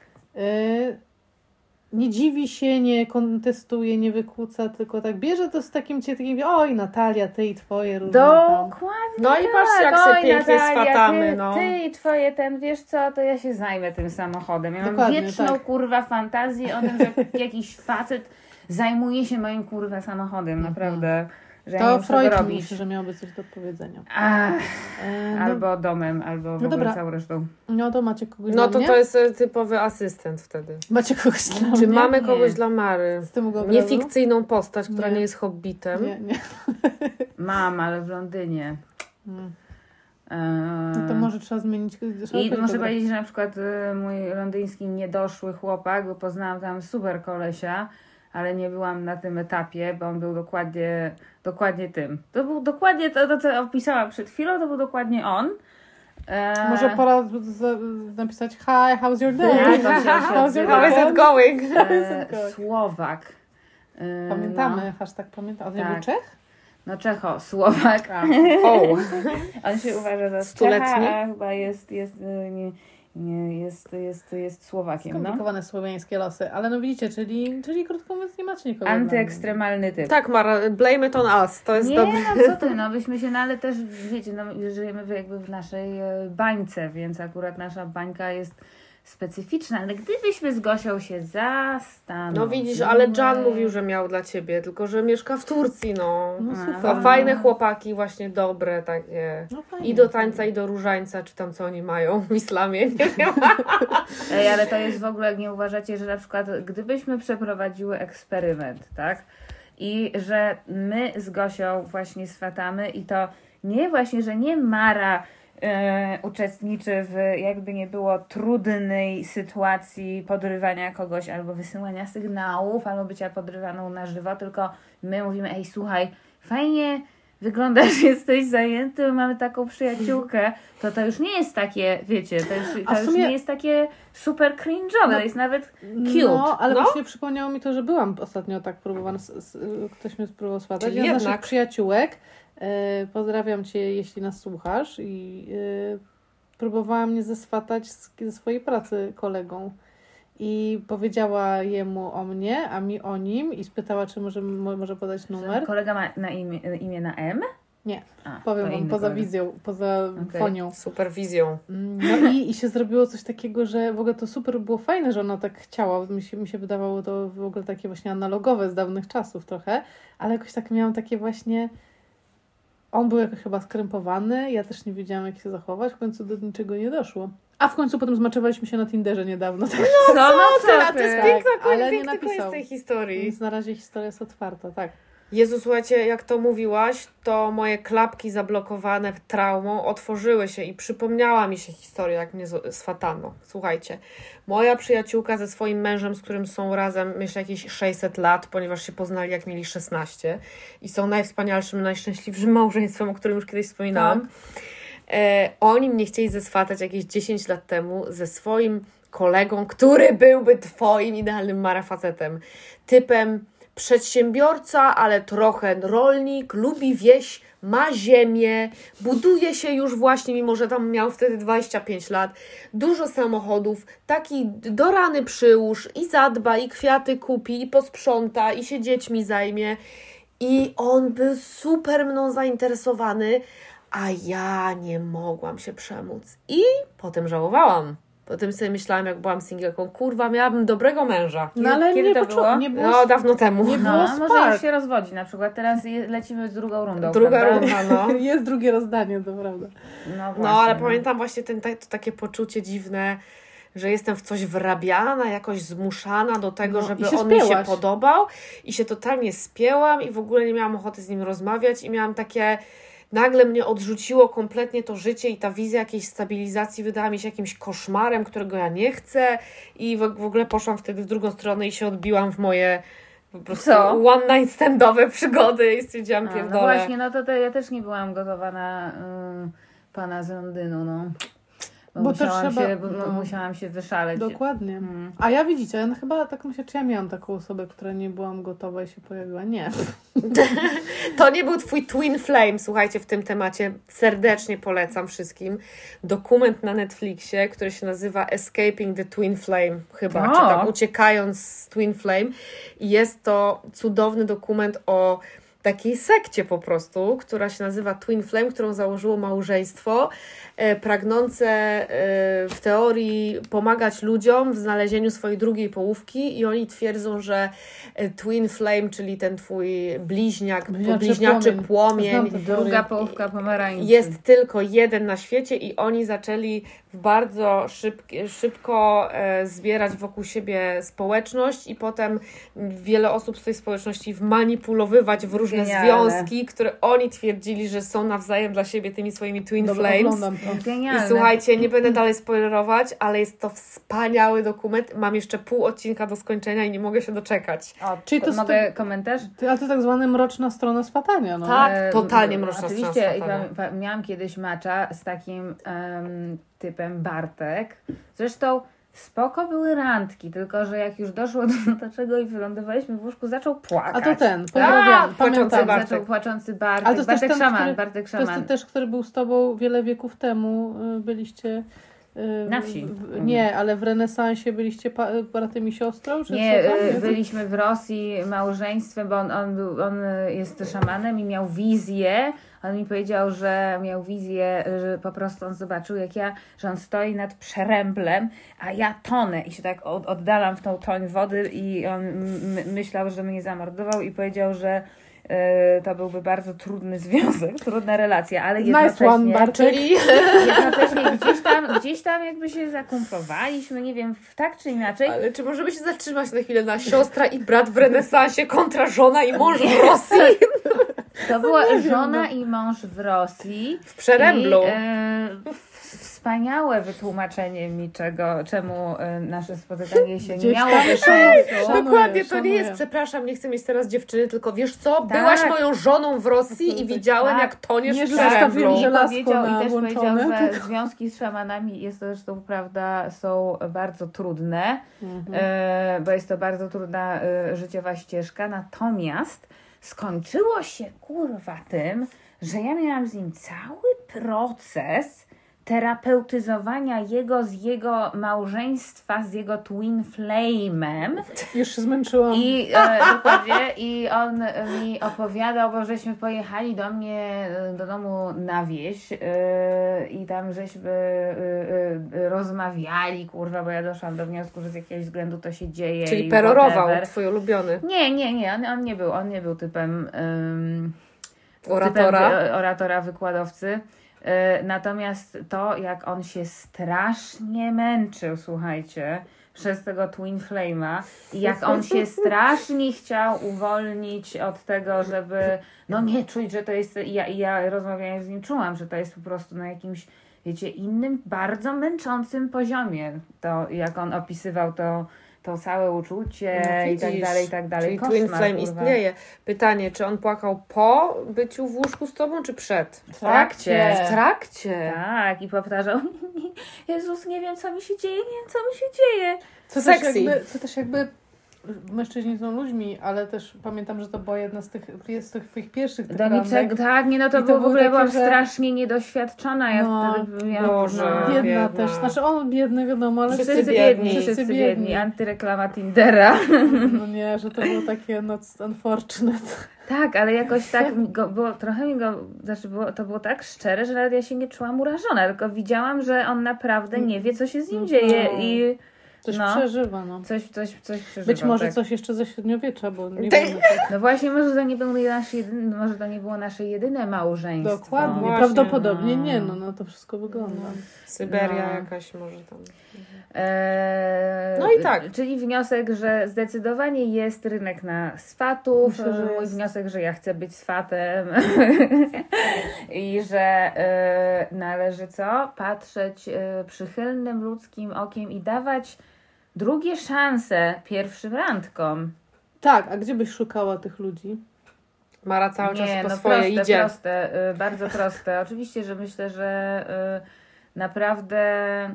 nie dziwi się, nie kontestuje, nie wykłóca, tylko tak bierze to z takim oj Natalia, ty i twoje różne tam. Dokładnie. No i patrzcie, jak tak. sobie pięknie swatamy, ty, no. Ty i twoje wiesz co, to ja się zajmę tym samochodem. Ja mam Dokładnie, wieczną tak. kurwa fantazję o tym, że jakiś facet zajmuje się moim kurwa samochodem, naprawdę. Że ja nie To muszę go Freud robić. myślę, że miałby coś do powiedzenia. Ach, albo domem, albo w ogóle dobra. całą resztą. No to macie kogoś No dla mnie? to jest typowy asystent wtedy. Macie kogoś dla Czy mnie? mamy Nie. kogoś dla Mary? Z tym obrazu? Nie fikcyjną postać, która Nie. nie jest hobbitem. Nie. Mam, ale w Londynie. No to może trzeba zmienić. I muszę powiedzieć, że na przykład mój londyński niedoszły chłopak, bo poznałam tam super kolesia, ale nie byłam na tym etapie, bo on był dokładnie tym. To był dokładnie to, co opisałam przed chwilą, to był dokładnie on. Może pora napisać hi, how's your day? Tak, to się How's your How is day? it going? Słowak. Pamiętamy, hashtag pamiętamy. On nie był Tak. Czech? No Słowak. O, On się uważa za Stuletni? Czecha, a chyba jest Słowakiem. No. Skomplikowane słowiańskie losy. Ale no widzicie, czyli krótko mówiąc nie macie nikogo. Antyekstremalny typ. tak Mara, blame it on us. To jest Nie, dobre. no co ty, no byśmy się, no ale też wiecie, no żyjemy jakby w naszej bańce, więc akurat nasza bańka jest specyficzna, ale gdybyśmy z Gosią się zastanowili... No widzisz, ale Jan mówił, że miał dla ciebie, tylko że mieszka w Turcji, no. No A, super. A fajne chłopaki, właśnie dobre takie. No fajnie. I do tańca, i do różańca, czy tam co oni mają w islamie, nie wiem. Ej, ale to jest w ogóle, nie uważacie, że na przykład gdybyśmy przeprowadziły eksperyment, tak? I że my z Gosią właśnie swatamy i to nie właśnie, że nie Mara uczestniczy w jakby nie było trudnej sytuacji podrywania kogoś albo wysyłania sygnałów, albo bycia podrywaną na żywo, tylko my mówimy, ej słuchaj, fajnie wyglądasz, jesteś zajęty, mamy taką przyjaciółkę, to już nie jest takie, wiecie, to już nie jest takie super cringe'owe, to jest nawet cute. No, ale właśnie przypomniało mi to, że byłam ostatnio tak próbowana, ktoś mnie spróbował swatać. Czyli z naszych przyjaciółek, pozdrawiam Cię, jeśli nas słuchasz, i próbowała mnie zeswatać ze swojej pracy kolegą. I powiedziała jemu o mnie, a mi o nim i spytała, czy może podać numer. Kolega ma na imię na M? Nie, A, powiem wam, poza kolega. wizją, poza fonią. Superwizją. No i się zrobiło coś takiego, że w ogóle to super było fajne, że ona tak chciała. Mi się wydawało to w ogóle takie właśnie analogowe z dawnych czasów trochę, ale jakoś tak miałam takie właśnie... On był jakoś chyba skrępowany, ja też nie wiedziałam, jak się zachować, w końcu do niczego nie doszło. A w końcu potem zmaczowaliśmy się na Tinderze niedawno. Tak, A to jest piękna, ale nie piękny koniec napisał. tej historii. więc na razie historia jest otwarta, tak. Jezu, słuchajcie, jak to mówiłaś, to moje klapki zablokowane traumą otworzyły się i przypomniała mi się historia, jak mnie swatano. Słuchajcie, moja przyjaciółka ze swoim mężem, z którym są razem, myślę, jakieś 600 lat, ponieważ się poznali, jak mieli 16 i są najwspanialszym, najszczęśliwszym małżeństwem, o którym już kiedyś wspominałam. Tak. Oni mnie chcieli zeswatać jakieś 10 lat temu ze swoim kolegą, który byłby twoim idealnym marafacetem. Typem przedsiębiorca, ale trochę rolnik, lubi wieś, ma ziemię, buduje się już właśnie, mimo że tam miał wtedy 25 lat, dużo samochodów, taki do rany przyłóż i zadba, i kwiaty kupi, i posprząta, i się dziećmi zajmie. I on był super mną zainteresowany, a ja nie mogłam się przemóc. I potem żałowałam. Potem sobie myślałam, jak byłam singielką, kurwa, miałabym dobrego męża. No ale Kiedy nie to było? Nie było No, dawno temu. Nie było No, może spark. już się rozwodzi na przykład. Teraz lecimy z drugą rundą. Druga prawda? runda, no. Jest drugie rozdanie, to prawda. No, właśnie, No, ale pamiętam właśnie to takie poczucie dziwne, że jestem w coś wrabiana, jakoś zmuszana do tego, No, żeby i się on mi się spięłaś. podobał i się totalnie spięłam i w ogóle nie miałam ochoty z nim rozmawiać i miałam takie... Nagle mnie odrzuciło kompletnie to życie i ta wizja jakiejś stabilizacji wydała mi się jakimś koszmarem, którego ja nie chcę i w ogóle poszłam wtedy w drugą stronę i się odbiłam w moje po prostu one night standowe przygody i stwierdziłam, No pierdolę. właśnie, no to ja też nie byłam gotowa na pana z Londynu, no. Bo to trzeba- musiałam się wyszaleć. Dokładnie. A ja widzicie, ja chyba tak myślę, czy ja miałam taką osobę, która nie byłam gotowa i się pojawiła. Nie. To nie był twój twin flame, słuchajcie, w tym temacie serdecznie polecam wszystkim. Dokument na Netflixie, który się nazywa Escaping the Twin Flame, chyba, czy tam Uciekając z Twin Flame. I jest to cudowny dokument o takiej sekcie po prostu, która się nazywa Twin Flame, którą założyło małżeństwo pragnące w teorii pomagać ludziom w znalezieniu swojej drugiej połówki i oni twierdzą, że Twin Flame, czyli ten twój bliźniaczy płomień, Znam tę teorię. Druga połówka pomarańczy. jest tylko jeden na świecie i oni zaczęli bardzo szybko zbierać wokół siebie społeczność i potem wiele osób z tej społeczności wmanipulowywać w różne związki, które oni twierdzili, że są nawzajem dla siebie tymi swoimi twin Dobra, flames. oglądam to. Genialne. I słuchajcie, nie będę dalej spoilerować, ale jest to wspaniały dokument. Mam jeszcze pół odcinka do skończenia i nie mogę się doczekać. O, Czyli to mogę komentarz? Ale to tak zwana mroczna strona swatania, no. Tak, totalnie mroczna Oczywiście, strona. miałam kiedyś matcha z takim typem Bartek. Zresztą spoko były randki, tylko że jak już doszło do czego i wylądowaliśmy w łóżku, zaczął płakać. A to ten, pozdrawiam, płaczący pamiętam. Bartek. Zaczął płaczący Bartek. Ale to jest Bartek też ten, Szaman, który- Bartek To jest Szaman. ten też, który był z tobą wiele wieków temu. Byliście... Na wsi. Nie, ale w renesansie byliście bratem i siostrą? Czy Nie, co tam? byliśmy w Rosji małżeństwem, bo on jest szamanem i miał wizję. On mi powiedział, że miał wizję, że po prostu on zobaczył, że on stoi nad przeręblem, a ja tonę i się tak oddalam w tą toń wody i on myślał, że mnie zamordował i powiedział, że to byłby bardzo trudny związek, trudna relacja, ale Nice one, Bartek. Czyli jednocześnie gdzieś tam jakby się zakumplowaliśmy, nie wiem, tak czy inaczej. ale czy możemy się zatrzymać na chwilę na siostra i brat w renesansie kontra żona i mąż w Rosji? To była żona i mąż w Rosji. W Przeręblu. Wspaniałe wytłumaczenie mi czemu nasze spotykanie się nie Gdzieś miało tam sensu. Dokładnie, to nie szanuję. jest, przepraszam, nie chcę mieć teraz dziewczyny, tylko wiesz co, Tak. byłaś moją żoną w Rosji i widziałem, Tak. jak toniesz Nie, w że Przeręblu. zostawiłem, że lasko I też włączone, powiedział, że tylko- związki z szamanami jest to zresztą prawda, są bardzo trudne, bo jest to bardzo trudna życiowa ścieżka, natomiast skończyło się tym, że ja miałam z nim cały proces terapeutyzowania z jego małżeństwa, z jego twin flame'em. Już się zmęczyłam. I dokładnie, i on mi opowiadał, bo żeśmy pojechali do mnie do domu na wieś i tam żeśmy rozmawiali, kurwa, bo ja doszłam do wniosku, że z jakiegoś względu to się dzieje. Czyli i perorował, whatever. twój ulubiony. Nie, on nie był typem Oratora. oratora, wykładowcy. Natomiast to, jak on się strasznie męczył, słuchajcie, przez tego Twin Flame'a i jak on się strasznie chciał uwolnić od tego, żeby nie czuć, że to jest... Ja rozmawiając z nim czułam, że to jest po prostu na jakimś, wiecie, innym, bardzo męczącym poziomie. To, jak on opisywał to całe uczucie i tak dalej. Czyli Koszmar, Twin Flame kurwa. istnieje. Pytanie, czy on płakał po byciu w łóżku z tobą, czy przed? W trakcie. W trakcie. Tak, i powtarzał, Jezus, nie wiem, co mi się dzieje, Sexy. To też jakby mężczyźni są ludźmi, ale też pamiętam, że to była jedna z tych twoich pierwszych tych Do randek. niczego, tak, nie, no to I to było w były ogóle, takie, byłam że- strasznie niedoświadczona, ja wtedy miałam... Boże. Biedna Biedna. też. Znaczy on biedny, wiadomo, ale Wszyscy biedni. Wszyscy biedni, antyreklama Tindera. No nie, że to było takie unfortunate. Tak, ale jakoś tak to było tak szczere, że nawet ja się nie czułam urażona, tylko widziałam, że on naprawdę nie wie, co się z nim dzieje i Coś No. przeżywa, no. coś przeżywa. Być może tak. coś jeszcze ze średniowiecza, bo nie Tak. wiemy. No właśnie, może to nie było nasze jedyne małżeństwo. Dokładnie. Właśnie. Prawdopodobnie nie, no to wszystko wygląda. Syberia No. jakaś może tam. No i tak. Czyli wniosek, że zdecydowanie jest rynek na swatów. Myślę, że Mój jest. wniosek, że ja chcę być swatem i że należy patrzeć przychylnym ludzkim okiem i dawać drugie szanse pierwszym randkom. Tak, a gdzie byś szukała tych ludzi? Mara cały czas po no swoje idzie. proste, bardzo proste. Oczywiście, że myślę, że naprawdę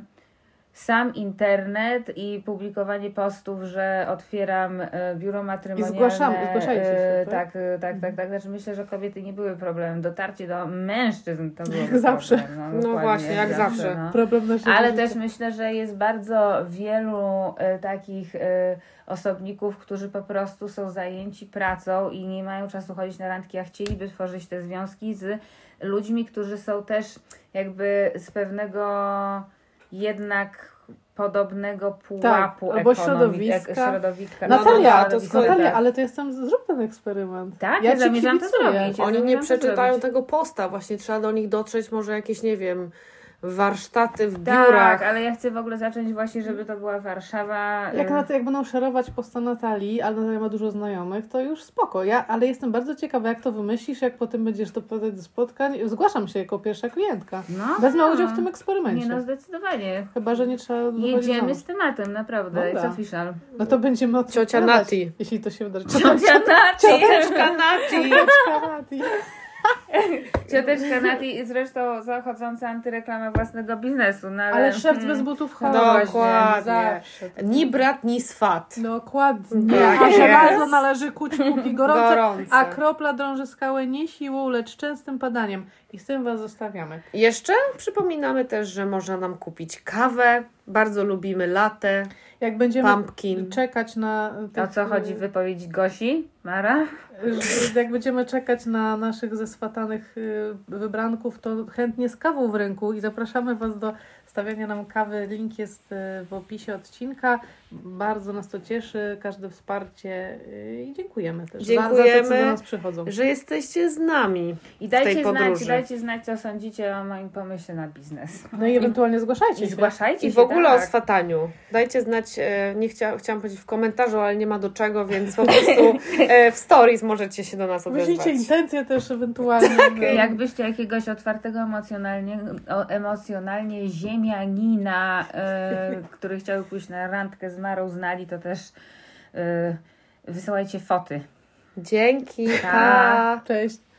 sam internet i publikowanie postów, że otwieram biuro matrymonialne. Zgłaszajcie się, tak? Tak. Znaczy myślę, że kobiety nie były problemem. Dotarcie do mężczyzn to było zawsze. problem. No dokładnie, właśnie, jak zawsze. No. Problem naszego Ale życia. też myślę, że jest bardzo wielu takich osobników, którzy po prostu są zajęci pracą i nie mają czasu chodzić na randki, a chcieliby tworzyć te związki z ludźmi, którzy są też jakby z pewnego jednak podobnego pułapu albo środowiska. Natalia, środowiska. ale to zrób ten eksperyment. Tak, ja ja ci zamierzam to kibicuję. zrobić. Ja Oni nie zamierzam to przeczytają zrobić. tego posta, właśnie trzeba do nich dotrzeć, może jakieś, nie wiem, warsztaty w Tak, biurach. ale ja chcę w ogóle zacząć właśnie, żeby to była Warszawa. Jak będą szerować posta Natalii, ale Natalia ma dużo znajomych, to już spoko. Ale jestem bardzo ciekawa, jak to wymyślisz, jak potem będziesz doprowadzić do spotkań. Zgłaszam się jako pierwsza klientka. No, Wezmę udział w tym eksperymencie. Nie, no zdecydowanie. Chyba, że nie trzeba wychodzić Jedziemy za z tematem, naprawdę. Dobra. It's official. No to będziemy Ciocia odkrywać, Nati. jeśli to się wydarzy. Ciocia Nati! Cioteczka Nati! Cioteczka Nati. Cioteczka Nati, zresztą zachodząca antyreklama własnego biznesu. No, Ale szewc bez butów chodzi. Dokładnie. Zawsze. Ni brat, ni swat. Dokładnie. Tak A jest. żelazo należy kuć póki gorące, Gorące. a kropla drąży skałę nie siłą, lecz częstym padaniem. I z tym Was zostawiamy. Jeszcze przypominamy też, że można nam kupić kawę. Bardzo lubimy latte, Jak będziemy pumpkin. czekać na... O co chodzi w wypowiedzi Gosi? Mara? Jak będziemy czekać na naszych zeswatanych wybranków, to chętnie z kawą w ręku i zapraszamy Was do stawiania nam kawy. Link jest w opisie odcinka. Bardzo nas to cieszy, każde wsparcie i dziękujemy też Dziękujemy, za to, co do nas przychodzą. że jesteście z nami I w tej dajcie podróży. znać, co sądzicie o moim pomyśle na biznes. No i ewentualnie zgłaszajcie I się. zgłaszajcie I się, w ogóle tak. o swataniu. Dajcie znać, chciałam powiedzieć w komentarzu, ale nie ma do czego, więc po prostu w stories możecie się do nas odezwać. Wyślijcie intencje też ewentualnie. Jakbyście jakiegoś otwartego emocjonalnie ziemianina, który chciał pójść na randkę z Marą, znali, to też wysyłajcie foty. Dzięki, Pa. pa! Cześć.